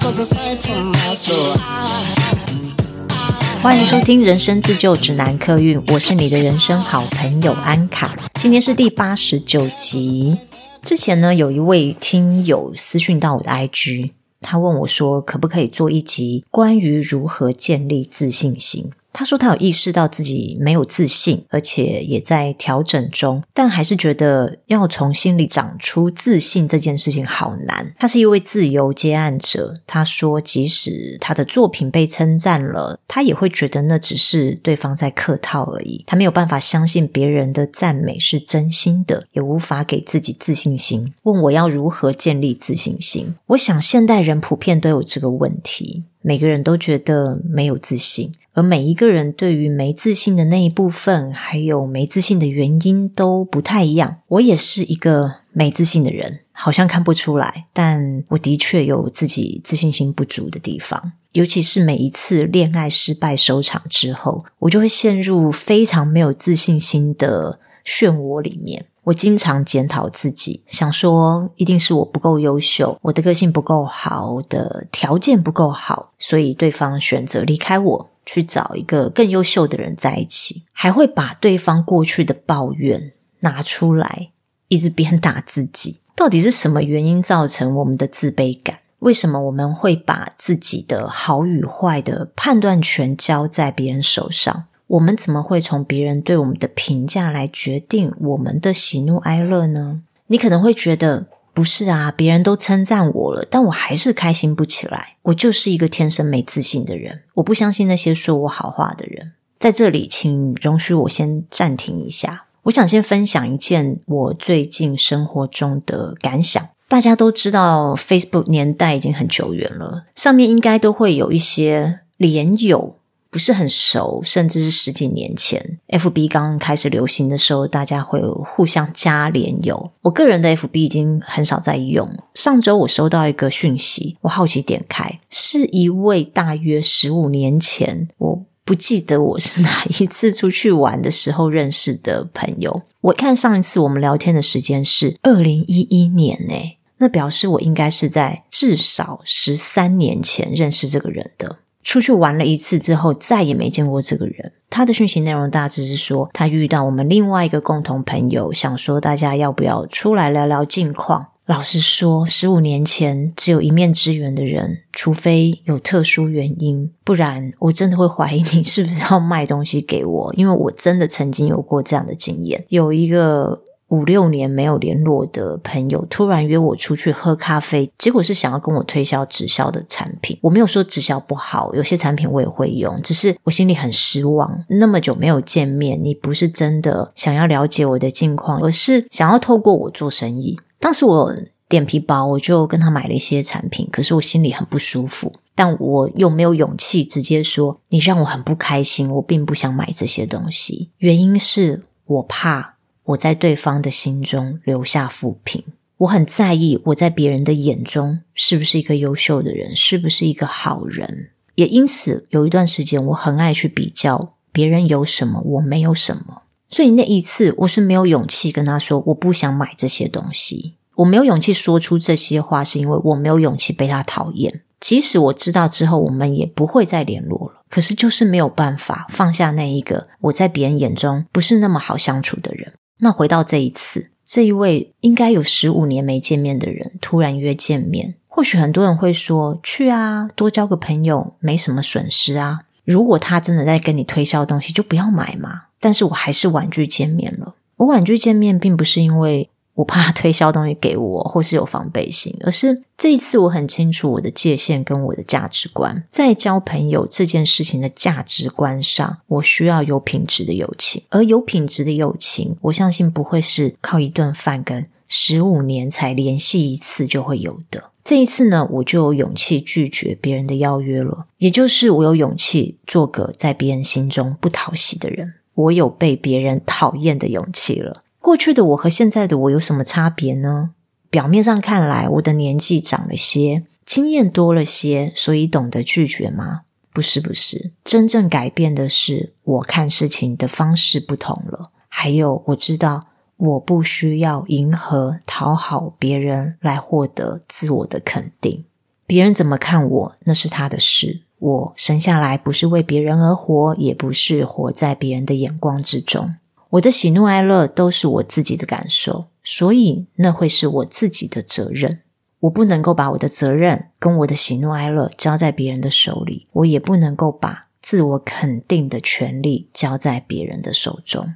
欢迎收听人生自救指南客运，我是你的人生好朋友安卡。今天是第89集。之前呢，有一位听友私讯到我的 IG， 他问我说可不可以做一集关于如何建立自信心。他说他有意识到自己没有自信，而且也在调整中，但还是觉得要从心里长出自信这件事情好难。他是一位自由接案者，他说即使他的作品被称赞了，他也会觉得那只是对方在客套而已。他没有办法相信别人的赞美是真心的，也无法给自己自信心。问我要如何建立自信心？我想现代人普遍都有这个问题，每个人都觉得没有自信，而每一个人对于没自信的那一部分还有没自信的原因都不太一样。我也是一个没自信的人，好像看不出来，但我的确有自己自信心不足的地方。尤其是每一次恋爱失败收场之后，我就会陷入非常没有自信心的漩涡里面。我经常检讨自己，想说一定是我不够优秀，我的个性不够好，我的条件不够好，所以对方选择离开我，去找一个更优秀的人在一起。还会把对方过去的抱怨拿出来，一直鞭打自己。到底是什么原因造成我们的自卑感？为什么我们会把自己的好与坏的判断权交在别人手上？我们怎么会从别人对我们的评价来决定我们的喜怒哀乐呢？你可能会觉得不是啊，别人都称赞我了，但我还是开心不起来。我就是一个天生没自信的人，我不相信那些说我好话的人。在这里请容许我先暂停一下，我想先分享一件我最近生活中的感想。大家都知道 Facebook 年代已经很久远了，上面应该都会有一些连友，不是很熟，甚至是10几年前 FB 刚开始流行的时候，大家会有互相加连友。我个人的 FB 已经很少在用。上周我收到一个讯息，我好奇点开，是一位大约15年前，我不记得我是哪一次出去玩的时候认识的朋友。我看上一次我们聊天的时间是2011年耶，那表示我应该是在至少13年前认识这个人的。出去玩了一次之后再也没见过这个人。他的讯息内容大致是说，他遇到我们另外一个共同朋友，想说大家要不要出来聊聊近况。老实说15年前只有一面之缘的人，除非有特殊原因，不然我真的会怀疑你是不是要卖东西给我。因为我真的曾经有过这样的经验，有一个5-6年没有联络的朋友突然约我出去喝咖啡，结果是想要跟我推销直销的产品。我没有说直销不好，有些产品我也会用，只是我心里很失望。那么久没有见面，你不是真的想要了解我的近况，而是想要透过我做生意。当时我脸皮薄，我就跟他买了一些产品，可是我心里很不舒服，但我又没有勇气直接说你让我很不开心，我并不想买这些东西。原因是我怕我在对方的心中留下负评，我很在意我在别人的眼中是不是一个优秀的人，是不是一个好人。也因此有一段时间我很爱去比较别人有什么我没有什么。所以那一次我是没有勇气跟他说我不想买这些东西，我没有勇气说出这些话，是因为我没有勇气被他讨厌。即使我知道之后我们也不会再联络了，可是就是没有办法放下那一个我在别人眼中不是那么好相处的人。那回到这一次，这一位应该有15年没见面的人突然约见面，或许很多人会说去啊，多交个朋友没什么损失啊，如果他真的在跟你推销东西就不要买嘛。但是我还是婉拒见面了。我婉拒见面并不是因为我怕他推销东西给我或是有防备心，而是这一次我很清楚我的界限跟我的价值观。在交朋友这件事情的价值观上，我需要有品质的友情，而有品质的友情我相信不会是靠一顿饭跟15年才联系一次就会有的。这一次呢，我就有勇气拒绝别人的邀约了，也就是我有勇气做个在别人心中不讨喜的人，我有被别人讨厌的勇气了。过去的我和现在的我有什么差别呢？表面上看来我的年纪长了些，经验多了些，所以懂得拒绝吗？不是，真正改变的是我看事情的方式不同了，还有我知道我不需要迎合讨好别人来获得自我的肯定。 别人怎么看我，那是他的事。我生下来不是为别人而活，也不是活在别人的眼光之中。我的喜怒哀乐都是我自己的感受，所以那会是我自己的责任。我不能够把我的责任跟我的喜怒哀乐交在别人的手里，我也不能够把自我肯定的权利交在别人的手中。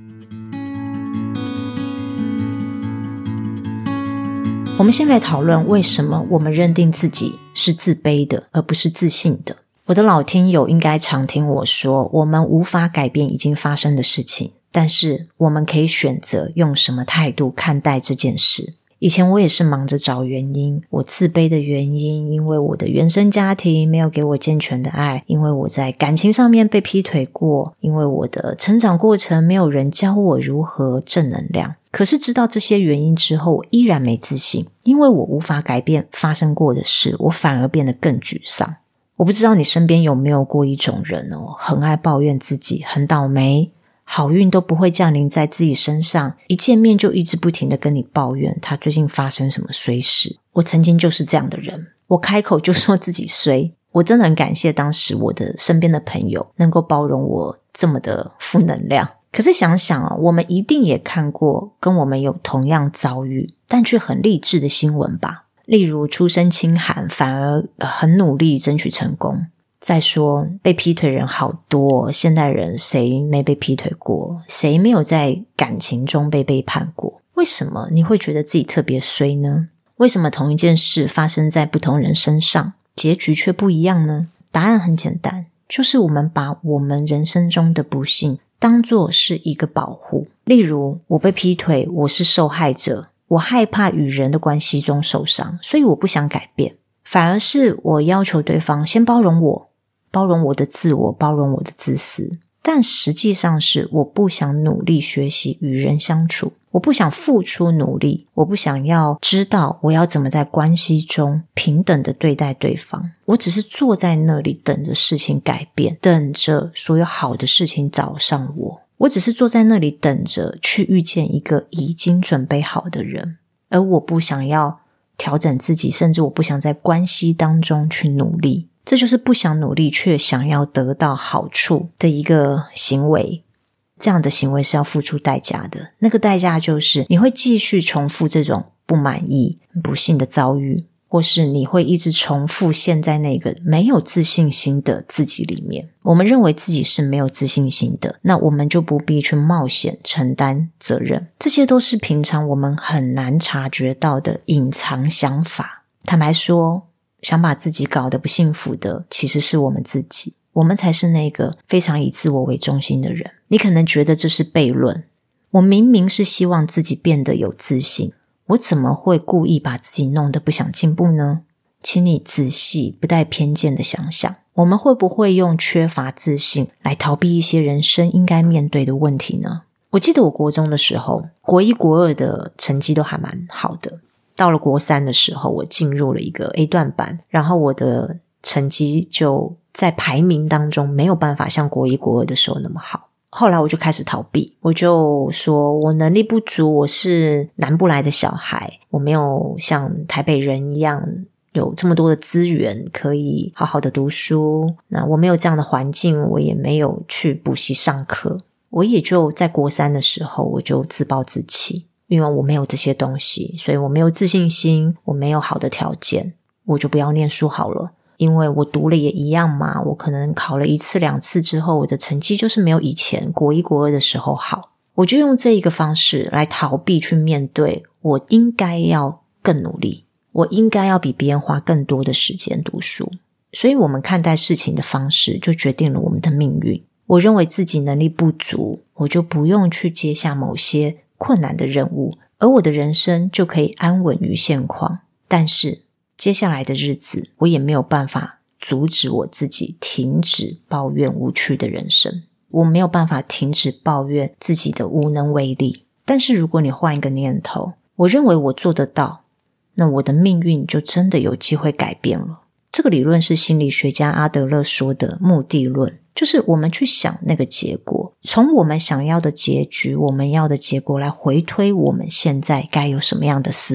我们先来讨论为什么我们认定自己是自卑的，而不是自信的。我的老听友应该常听我说，我们无法改变已经发生的事情，但是我们可以选择用什么态度看待这件事。以前我也是忙着找原因，我自卑的原因，因为我的原生家庭没有给我健全的爱，因为我在感情上面被劈腿过，因为我的成长过程没有人教我如何正能量。可是知道这些原因之后，我依然没自信，因为我无法改变发生过的事，我反而变得更沮丧。我不知道你身边有没有过一种人很爱抱怨自己很倒霉，好运都不会降临在自己身上，一见面就一直不停的跟你抱怨他最近发生什么衰事。我曾经就是这样的人，我开口就说自己衰。我真的很感谢当时我的身边的朋友能够包容我这么的负能量。可是想想我们一定也看过跟我们有同样遭遇但却很励志的新闻吧，例如出身清寒反而很努力争取成功。再说被劈腿人好多，现代人谁没被劈腿过，谁没有在感情中被背叛过？为什么你会觉得自己特别衰呢？为什么同一件事发生在不同人身上，结局却不一样呢？答案很简单，就是我们把我们人生中的不幸当作是一个保护。例如我被劈腿，我是受害者，我害怕与人的关系中受伤，所以我不想改变，反而是我要求对方先包容我，包容我的自我，包容我的自私。但实际上是我不想努力学习与人相处，我不想付出努力，我不想要知道我要怎么在关系中平等的对待对方。我只是坐在那里等着事情改变，等着所有好的事情找上我。我只是坐在那里等着去遇见一个已经准备好的人，而我不想要调整自己，甚至我不想在关系当中去努力。这就是不想努力却想要得到好处的一个行为。这样的行为是要付出代价的，那个代价就是你会继续重复这种不满意、不幸的遭遇，或是你会一直重复陷在那个没有自信心的自己里面。我们认为自己是没有自信心的，那我们就不必去冒险承担责任。这些都是平常我们很难察觉到的隐藏想法。坦白说，想把自己搞得不幸福的其实是我们自己，我们才是那个非常以自我为中心的人。你可能觉得这是悖论，我明明是希望自己变得有自信，我怎么会故意把自己弄得不想进步呢？请你仔细不带偏见的想想，我们会不会用缺乏自信来逃避一些人生应该面对的问题呢？我记得我国中的时候，国一国二的成绩都还蛮好的，到了国三的时候，我进入了一个 A 段班，然后我的成绩就在排名当中没有办法像国一国二的时候那么好。后来我就开始逃避，我就说我能力不足，我是南部来的小孩，我没有像台北人一样有这么多的资源可以好好的读书，那我没有这样的环境，我也没有去补习上课。我也就在国三的时候我就自暴自弃，因为我没有这些东西，所以我没有自信心，我没有好的条件，我就不要念书好了。因为我读了也一样嘛，我可能考了1次2次之后，我的成绩就是没有以前国一国二的时候好。我就用这一个方式来逃避去面对，我应该要更努力，我应该要比别人花更多的时间读书。所以我们看待事情的方式就决定了我们的命运。我认为自己能力不足，我就不用去接下某些困难的任务，而我的人生就可以安稳于现况。但是接下来的日子，我也没有办法阻止我自己停止抱怨无趣的人生，我没有办法停止抱怨自己的无能为力。但是如果你换一个念头，我认为我做得到，那我的命运就真的有机会改变了。这个理论是心理学家阿德勒说的目的论，就是我们去想那个结果，从我们想要的结局，我们要的结果来回推我们现在该有什么样的思维。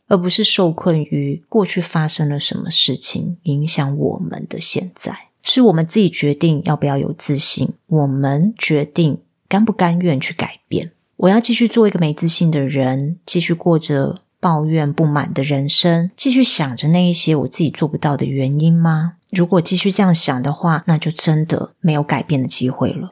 而不是受困于过去发生了什么事情影响我们的现在。是我们自己决定要不要有自信，我们决定甘不甘愿去改变。我要继续做一个没自信的人，继续过着抱怨不满的人生，继续想着那一些我自己做不到的原因吗？如果继续这样想的话，那就真的没有改变的机会了。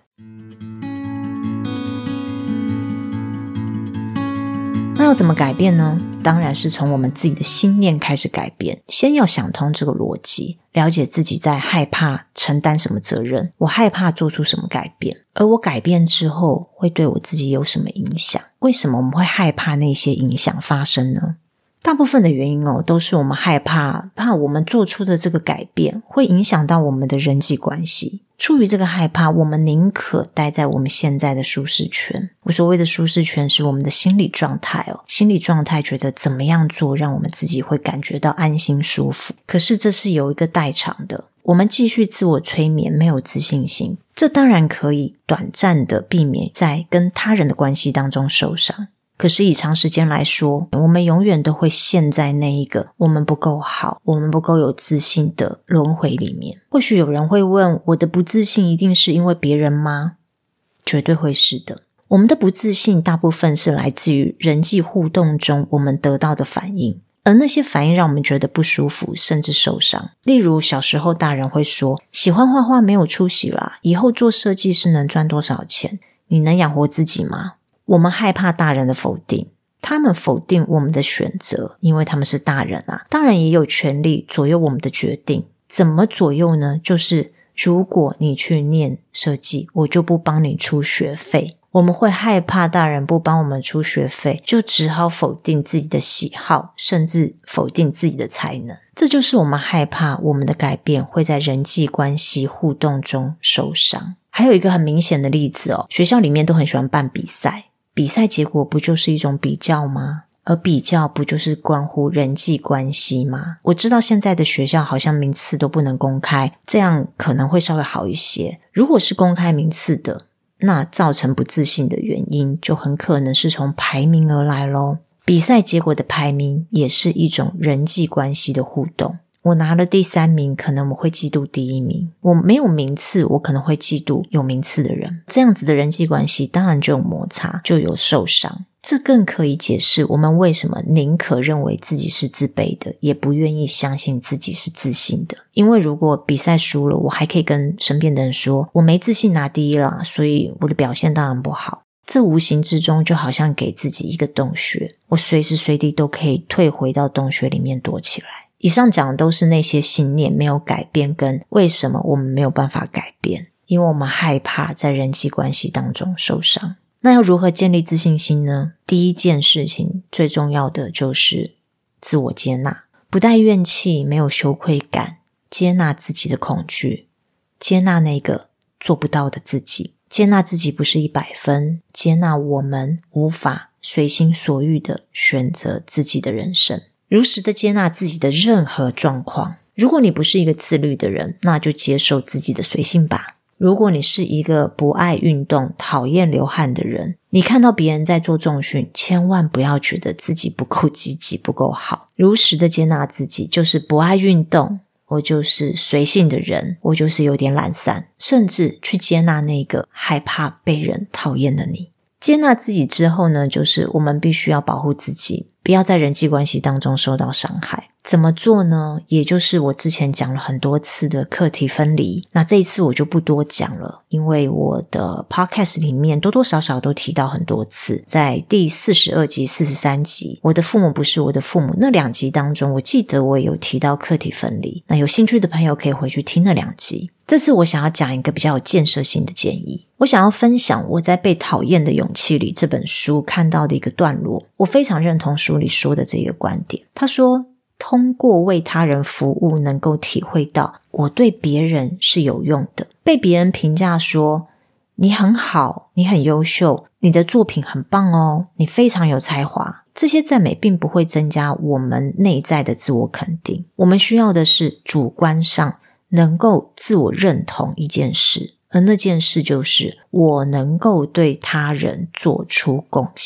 那要怎么改变呢？当然是从我们自己的心念开始改变。先要想通这个逻辑，了解自己在害怕承担什么责任，我害怕做出什么改变，而我改变之后会对我自己有什么影响？为什么我们会害怕那些影响发生呢？大部分的原因都是我们害怕我们做出的这个改变会影响到我们的人际关系。出于这个害怕，我们宁可待在我们现在的舒适圈。我所谓的舒适圈是我们的心理状态心理状态觉得怎么样做让我们自己会感觉到安心舒服。可是这是有一个代偿的，我们继续自我催眠，没有自信心，这当然可以短暂的避免在跟他人的关系当中受伤。可是以长时间来说，我们永远都会陷在那一个我们不够好，我们不够有自信的轮回里面。或许有人会问，我的不自信一定是因为别人吗？绝对会是的。我们的不自信大部分是来自于人际互动中我们得到的反应，而那些反应让我们觉得不舒服，甚至受伤。例如小时候大人会说，喜欢画画没有出息啦，以后做设计师能赚多少钱？你能养活自己吗？我们害怕大人的否定，他们否定我们的选择，因为他们是大人啊，当然也有权利左右我们的决定。怎么左右呢？就是如果你去念设计，我就不帮你出学费。我们会害怕大人不帮我们出学费，就只好否定自己的喜好，甚至否定自己的才能。这就是我们害怕我们的改变会在人际关系互动中受伤。还有一个很明显的例子学校里面都很喜欢办比赛，比赛结果不就是一种比较吗？而比较不就是关乎人际关系吗？我知道现在的学校好像名次都不能公开，这样可能会稍微好一些。如果是公开名次的，那造成不自信的原因就很可能是从排名而来咯。比赛结果的排名也是一种人际关系的互动。我拿了第3名，可能我会嫉妒第1名。我没有名次，我可能会嫉妒有名次的人。这样子的人际关系当然就有摩擦，就有受伤。这更可以解释我们为什么宁可认为自己是自卑的，也不愿意相信自己是自信的。因为如果比赛输了，我还可以跟身边的人说，我没自信拿第1啦，所以我的表现当然不好。这无形之中就好像给自己一个洞穴，我随时随地都可以退回到洞穴里面躲起来。以上讲的都是那些信念没有改变，跟为什么我们没有办法改变，因为我们害怕在人际关系当中受伤。那要如何建立自信心呢？第一件事情最重要的就是自我接纳，不带怨气，没有羞愧感，接纳自己的恐惧，接纳那个做不到的自己，接纳自己不是100分，接纳我们无法随心所欲的选择自己的人生，如实的接纳自己的任何状况。如果你不是一个自律的人，那就接受自己的随性吧。如果你是一个不爱运动、讨厌流汗的人，你看到别人在做重训，千万不要觉得自己不够积极、不够好。如实的接纳自己，就是不爱运动，我就是随性的人，我就是有点懒散，甚至去接纳那个害怕被人讨厌的你。接纳自己之后呢，就是我们必须要保护自己，不要在人际关系当中受到伤害。怎么做呢？也就是我之前讲了很多次的课题分离。那这一次我就不多讲了，因为我的 podcast 里面多多少少都提到很多次。在第42集、43集，我的父母不是我的父母，那2集当中，我记得我也有提到课题分离。那有兴趣的朋友可以回去听那2集。这次我想要讲一个比较有建设性的建议。我想要分享我在《被讨厌的勇气》里这本书看到的一个段落，我非常认同书里说的这个观点。他说，通过为他人服务能够体会到我对别人是有用的。被别人评价说你很好，你很优秀，你的作品很棒哦，你非常有才华，这些赞美并不会增加我们内在的自我肯定。我们需要的是主观上能够自我认同一件事，而那件事就是我能够对他人做出贡献。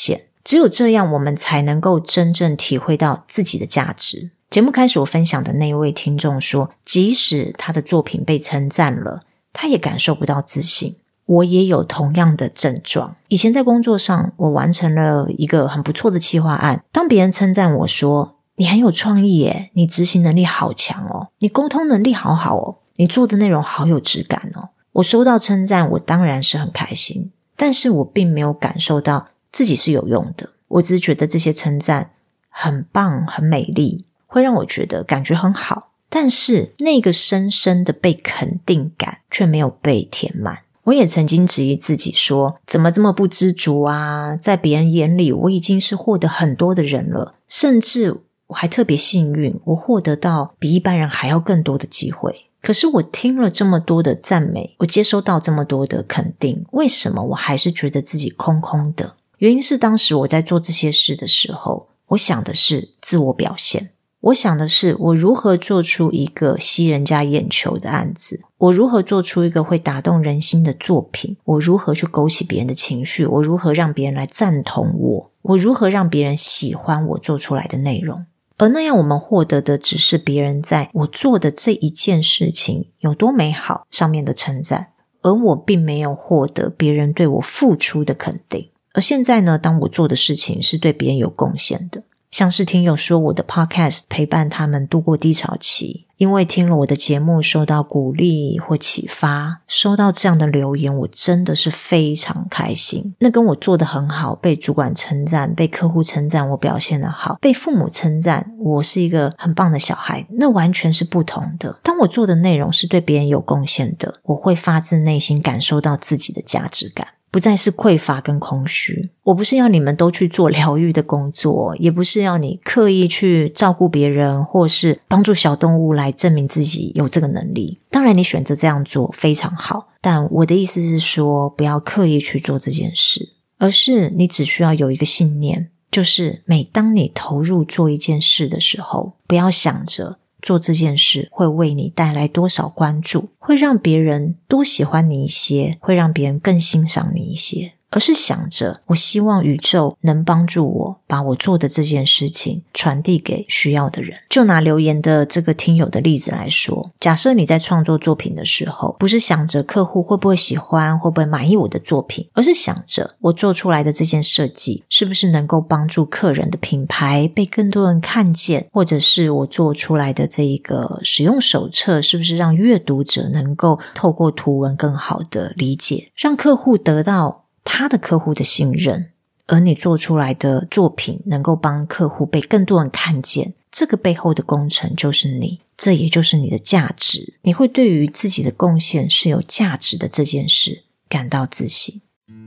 只有这样我们才能够真正体会到自己的价值。节目开始我分享的那一位听众说，即使他的作品被称赞了，他也感受不到自信。我也有同样的症状。以前在工作上，我完成了一个很不错的企划案，当别人称赞我说，你很有创意耶，你执行能力好强哦，你沟通能力好好哦，你做的内容好有质感哦。我收到称赞，我当然是很开心，但是我并没有感受到自己是有用的。我只是觉得这些称赞很棒很美丽，会让我觉得感觉很好，但是那个深深的被肯定感却没有被填满。我也曾经质疑自己说，怎么这么不知足啊，在别人眼里我已经是获得很多的人了，甚至我还特别幸运，我获得到比一般人还要更多的机会。可是我听了这么多的赞美，我接收到这么多的肯定，为什么我还是觉得自己空空的？原因是当时我在做这些事的时候，我想的是自我表现，我想的是我如何做出一个吸人家眼球的案子，我如何做出一个会打动人心的作品，我如何去勾起别人的情绪，我如何让别人来赞同我，我如何让别人喜欢我做出来的内容。而那样我们获得的只是别人在我做的这一件事情有多美好上面的称赞，而我并没有获得别人对我付出的肯定。而现在呢，当我做的事情是对别人有贡献的，像是听友说我的 podcast 陪伴他们度过低潮期，因为听了我的节目受到鼓励或启发，收到这样的留言，我真的是非常开心。那跟我做得很好，被主管称赞，被客户称赞我表现得好，被父母称赞我是一个很棒的小孩，那完全是不同的。当我做的内容是对别人有贡献的，我会发自内心感受到自己的价值感，不再是匮乏跟空虚。我不是要你们都去做疗愈的工作，也不是要你刻意去照顾别人，或是帮助小动物来证明自己有这个能力。当然你选择这样做非常好，但我的意思是说，不要刻意去做这件事，而是你只需要有一个信念，就是每当你投入做一件事的时候，不要想着做这件事会为你带来多少关注，会让别人多喜欢你一些，会让别人更欣赏你一些，而是想着我希望宇宙能帮助我把我做的这件事情传递给需要的人。就拿留言的这个听友的例子来说，假设你在创作作品的时候，不是想着客户会不会喜欢，会不会满意我的作品，而是想着我做出来的这件设计是不是能够帮助客人的品牌被更多人看见，或者是我做出来的这一个使用手册是不是让阅读者能够透过图文更好的理解，让客户得到他的客户的信任，而你做出来的作品能够帮客户被更多人看见，这个背后的工程就是你，这也就是你的价值。你会对于自己的贡献是有价值的这件事感到自信。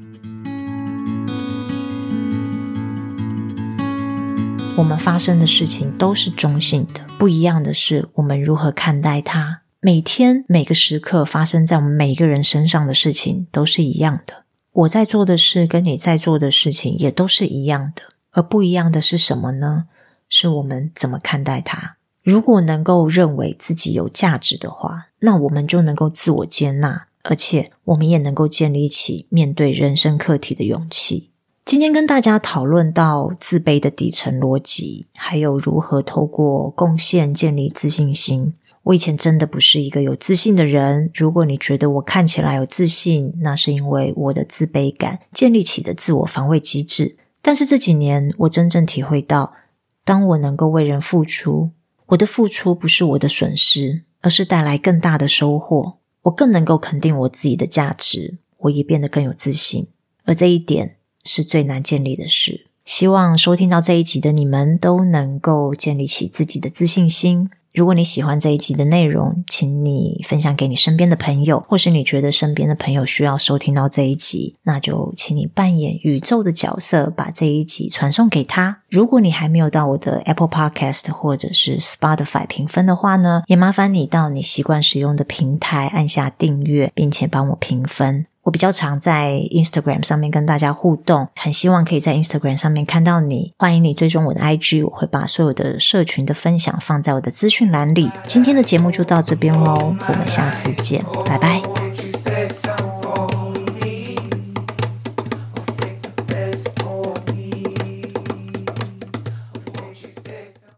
我们发生的事情都是中性的，不一样的是我们如何看待它。每天每个时刻发生在我们每一个人身上的事情都是一样的，我在做的事跟你在做的事情也都是一样的，而不一样的是什么呢？是我们怎么看待它。如果能够认为自己有价值的话，那我们就能够自我接纳，而且我们也能够建立起面对人生课题的勇气。今天跟大家讨论到自卑的底层逻辑，还有如何透过贡献建立自信心。我以前真的不是一个有自信的人，如果你觉得我看起来有自信，那是因为我的自卑感建立起的自我防卫机制。但是这几年我真正体会到，当我能够为人付出，我的付出不是我的损失，而是带来更大的收获。我更能够肯定我自己的价值，我也变得更有自信，而这一点是最难建立的事。希望收听到这一集的你们都能够建立起自己的自信心。如果你喜欢这一集的内容，请你分享给你身边的朋友，或是你觉得身边的朋友需要收听到这一集，那就请你扮演宇宙的角色，把这一集传送给他。如果你还没有到我的 Apple Podcast 或者是 Spotify 评分的话呢，也麻烦你到你习惯使用的平台按下订阅，并且帮我评分。我比较常在 Instagram 上面跟大家互动，很希望可以在 Instagram 上面看到你，欢迎你追踪我的 IG， 我会把所有的社群的分享放在我的资讯栏里。今天的节目就到这边咯，我们下次见，拜拜。